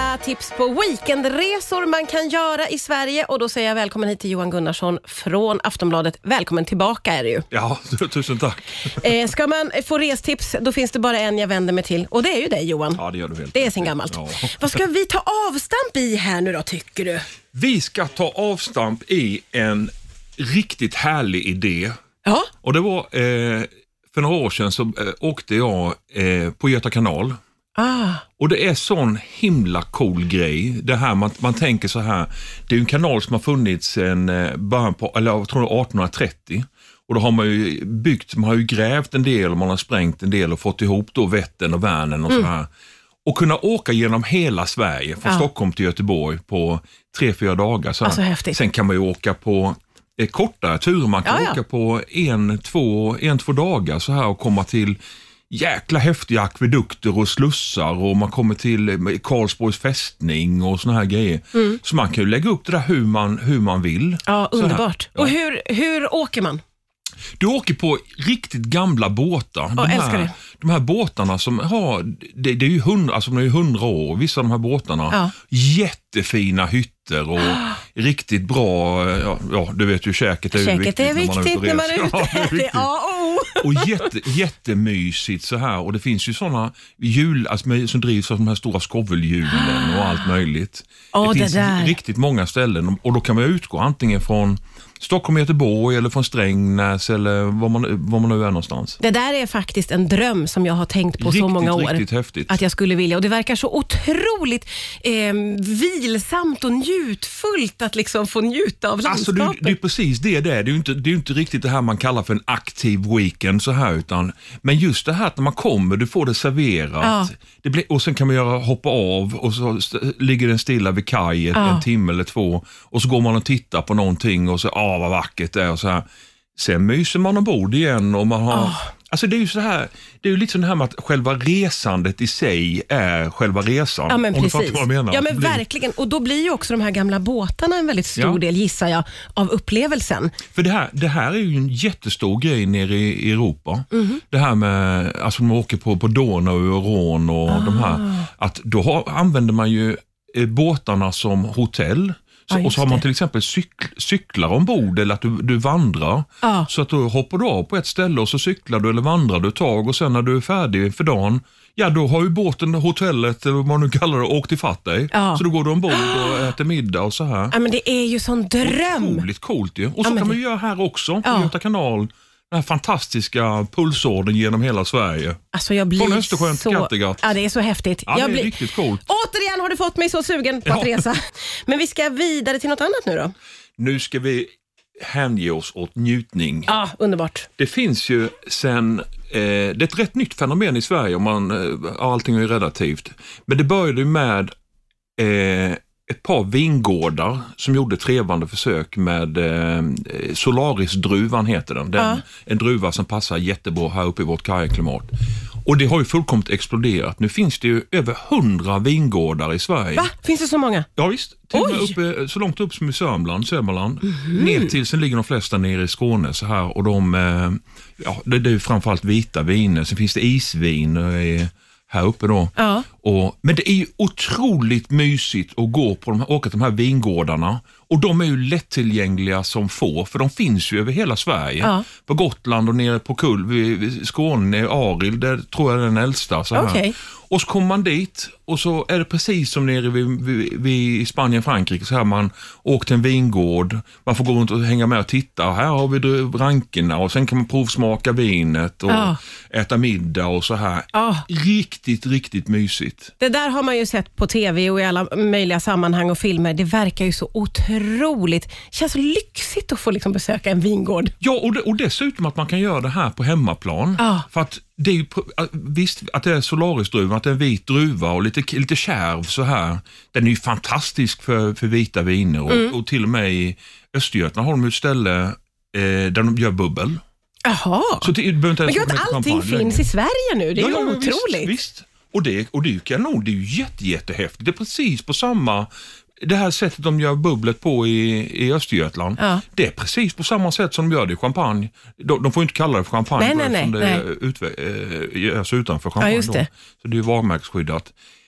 alla tips på weekendresor man kan göra i Sverige. Och då säger jag välkommen hit till Johan Gunnarsson från Aftonbladet. Välkommen tillbaka är det ju. Ja, tusen tack. Ska man få restips, då finns det bara en jag vänder mig till. Och det är ju dig, Johan. Ja, det gör du väl. Det är sin gammalt. Ja. Vad ska vi ta avstamp i här nu då, tycker du? Vi ska ta avstamp i en riktigt härlig idé. Ja. Och det var för några år sedan så åkte jag på Göta kanal. Och det är sån himla cool grej. Det här man tänker så här. Det är en kanal som har funnits sedan början på, eller jag tror 1830. Och då har man ju byggt, man har ju grävt en del och man har sprängt en del och fått ihop då Vättern och Vänern och så här. Och kunna åka genom hela Sverige från Stockholm till Göteborg på 3-4 dagar. Så alltså häftigt. Sen kan man ju åka på kortare turer. Man kan åka på 1-2 dagar så här och komma till jäkla häftiga akvedukter och slussar och man kommer till Karlsborgs fästning och såna här grejer. Så man kan ju lägga upp det där hur man vill. Ja, underbart. Och hur åker man? Du åker på riktigt gamla båtar. De här båtarna som har, det är ju 100 år, vissa av de här båtarna. Jättefina hytter och riktigt bra, du vet ju käket är ju viktigt. Käket är viktigt när man är ute. Och jättemysigt så här. Och det finns ju sådana hjul som drivs av de här stora skovelhjulen och allt möjligt. Det finns riktigt många ställen och då kan man utgå antingen från Stockholm, Göteborg eller från Strängnäs eller var man nu är någonstans. Det där är faktiskt en dröm som jag har tänkt på så många år. Riktigt häftigt. Att jag skulle vilja. Och det verkar så otroligt vilsamt och njutfullt att liksom få njuta av landskapet. Alltså det är precis det där. Det är ju inte riktigt det här man kallar för en aktiv weekend så här men just det här att när man kommer, du får det serverat. Och sen kan man hoppa av och så ligger den stilla vid kaj en timme eller 2 och så går man och tittar på någonting och så vad vackert det är och så här. Sen myser man ombord igen och man har... Alltså det är ju så här, det är ju lite så här med att själva resandet i sig är själva resan. Ja, men precis. Vad jag menar. Ja, men verkligen. Och då blir ju också de här gamla båtarna en väldigt stor del, gissar jag, av upplevelsen. För det här är ju en jättestor grej nere i Europa. Det här med, alltså man åker på Donau och Rhône och de här, att då använder man ju båtarna som hotell. Och så har man till exempel cyklar ombord eller att du vandrar. Så att då hoppar du av på ett ställe och så cyklar du eller vandrar du ett tag och sen när du är färdig för dagen, då har ju båten, hotellet eller vad man nu kallar det, åkt ifatt dig. Så då går du ombord och äter middag och så här. Ja, men det är ju sån dröm. Otroligt coolt ju. Och så kan man ju göra här också på Göta kanal. Den här fantastiska pulsådern genom hela Sverige. Alltså jag blir från Östersjön till Kattegatt. Ja, det är så häftigt. Ja, det är riktigt coolt. Återigen har du fått mig så sugen på att resa. Men vi ska vidare till något annat nu då. Nu ska vi hänge oss åt njutning. Ja, underbart. Det finns ju sen... det är ett rätt nytt fenomen i Sverige om allting är relativt. Men det började med... ett par vingårdar som gjorde trevande försök med Solaris-druvan heter den. En druva som passar jättebra här uppe i vårt kajaklimat. Och det har ju fullkomligt exploderat. Nu finns det ju över 100 vingårdar i Sverige. Va? Finns det så många? Ja visst. Till och med uppe, så långt upp som i Södermanland. Ner till, sen ligger de flesta nere i Skåne så här. Och det är ju framförallt vita viner. Sen finns det isvin här uppe då. Men det är ju otroligt mysigt att åka till de här vingårdarna. Och de är ju lättillgängliga som få, för de finns ju över hela Sverige. På Gotland och nere på vid Skåne, Arild, där tror jag är den äldsta. Så här. Och så kommer man dit och så är det precis som nere vid Spanien, Frankrike. Så här man åker till en vingård, man får gå runt och hänga med och titta. Här har vi rankerna och sen kan man provsmaka vinet och äta middag och så här. Riktigt, riktigt mysigt. Det där har man ju sett på tv och i alla möjliga sammanhang och filmer. Det verkar ju så otroligt. Det känns så lyxigt att få liksom besöka en vingård. Ja, och dessutom att man kan göra det här på hemmaplan. För att det är ju, visst att det är Solaris-druvan, att det är en vit druva och lite kärv så här. Den är ju fantastisk för vita viner och till och med i Östergötland har de ett ställe där de gör bubbel. Jaha. Så det behöver inte ens men gud, att allting finns i Sverige nu, det är ju otroligt. Visst. Och det är ju kanon, det är ju jättehäftigt. Det är precis på samma... Det här sättet de gör bubblet på i Östergötland, det är precis på samma sätt som de gör det i champagne. De får inte kalla det för champagne, nej, det görs utanför champagne. Ja, just det. Så det är varumärkesskyddat.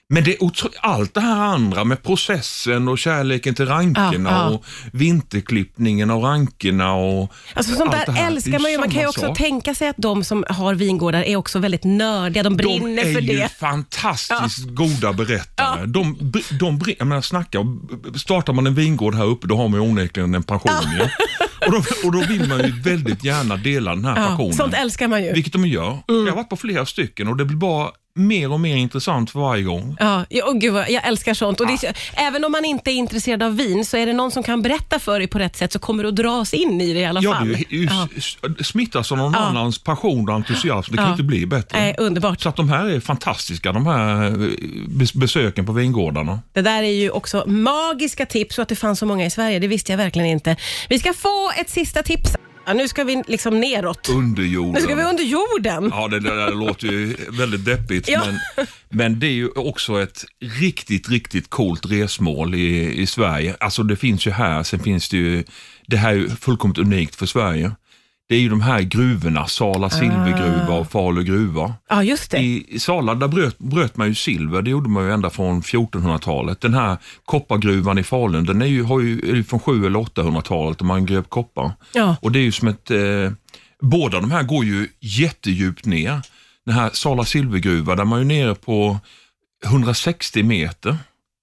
Men det är allt det här andra med processen och kärleken till rankerna och vinterklippningen av rankerna och alltså sånt där älskar man ju. Man kan ju också tänka sig att de som har vingårdar är också väldigt nördiga. De brinner för det. De är ju fantastiskt goda berättare. Jag menar, startar man en vingård här uppe, då har man ju onekligen en pension. Ja. Och då vill man ju väldigt gärna dela den här passionen. Sånt älskar man ju. Vilket de gör. Jag har varit på flera stycken och det blir bara mer och mer intressant för varje gång. Gud, jag älskar sånt. Och även om man inte är intresserad av vin, så är det någon som kan berätta för dig på rätt sätt, så kommer du att dras in i det i alla fall. Det smittas av någon annans passion och entusiasm. Det kan inte bli bättre. Underbart. Så att de här är fantastiska, de här besöken på vingårdarna. Det där är ju också magiska tips, och att det fanns så många i Sverige, det visste jag verkligen inte. Vi ska få ett sista tips. Nu ska vi liksom neråt. Under jorden. Nu ska vi under jorden. Ja, det där låter ju väldigt deppigt. Men det är ju också ett riktigt coolt resmål i Sverige. Alltså det finns ju här, sen finns det ju, det här är ju fullkomligt unikt för Sverige. Det är ju de här gruvorna, Sala silvergruva och Falu gruva. Ja, just det. I Sala, där bröt man ju silver, det gjorde man ju ända från 1400-talet. Den här koppargruvan i Falun, den är ju från 700- eller 800-talet och man gröp koppar. Ja. Och det är ju som ett... båda de här går ju jättedjupt ner. Den här Sala silvergruva, där man är ju nere på 160 meter.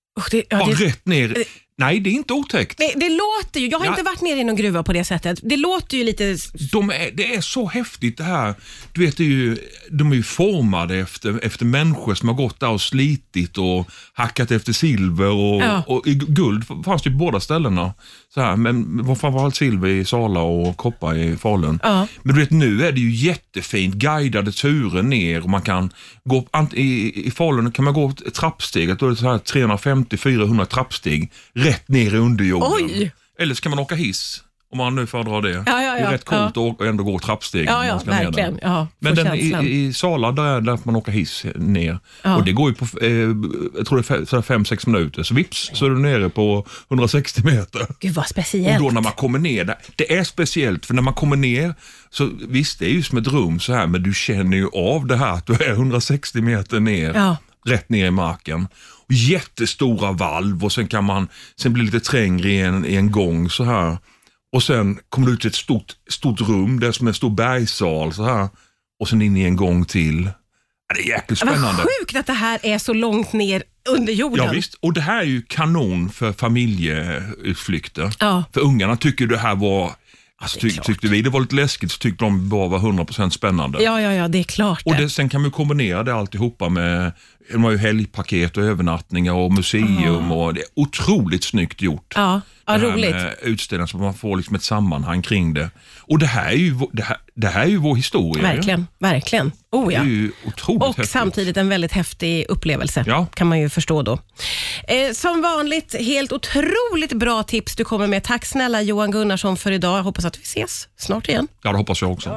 Rätt ner... Nej, det är inte otäckt. Det låter ju, jag har inte varit nere i någon gruva på det sättet. Det låter ju lite... Det är så häftigt det här. Du vet, de är ju formade efter människor som har gått där och slitit och hackat efter silver och guld fanns det på båda ställena. Så här, men vad fan var allt silver i Sala och koppar i Falun. Ja. Men du vet, nu är det ju jättefint guidade turer ner och man kan gå i Falun kan man gå trappsteget, då är det så här 350-400 trappsteg rätt ner i underjorden. Oj. Eller så kan man åka hiss om man nu föredrar det. Det är rätt coolt att ändå gå trappsteg. Ja, verkligen. Men den i Sala, där får man åka hiss ner. Och det går ju på, jag tror det är 5-6 minuter. Så vips, så är du nere på 160 meter. Gud, vad speciellt. Och då när man kommer ner, det är speciellt. För när man kommer ner, så visst, det är ju som ett rum så här, men du känner ju av det här att du är 160 meter ner. Rätt ner i marken. Och jättestora valv och sen blir det lite trängre i en gång så här. Och sen kommer du ut till ett stort rum, det är som en stor bergssal så här. Och sen in i en gång till. Det är jäkligt spännande. Vad sjukt att det här är så långt ner under jorden. Ja visst, och det här är ju kanon för familjeutflykter. Ja. För ungarna tycker det här var... Alltså, tyckte vi det var lite läskigt, så tyckte de bara var 100% spännande. Ja, det är klart. Och sen kan man kombinera det alltihopa med, de har ju helgpaket och övernattningar och museum och det är otroligt snyggt gjort. Ja, roligt. Utställningar så man får liksom ett sammanhang kring det. Och det här är ju vår historia. Verkligen. Oh, ja. Det är ju otroligt och häftigt. Samtidigt en väldigt häftig upplevelse, kan man ju förstå då. Som vanligt, helt otroligt bra tips du kommer med. Tack snälla Johan Gunnarsson för idag. Jag hoppas att vi ses snart igen. Ja, det hoppas jag också.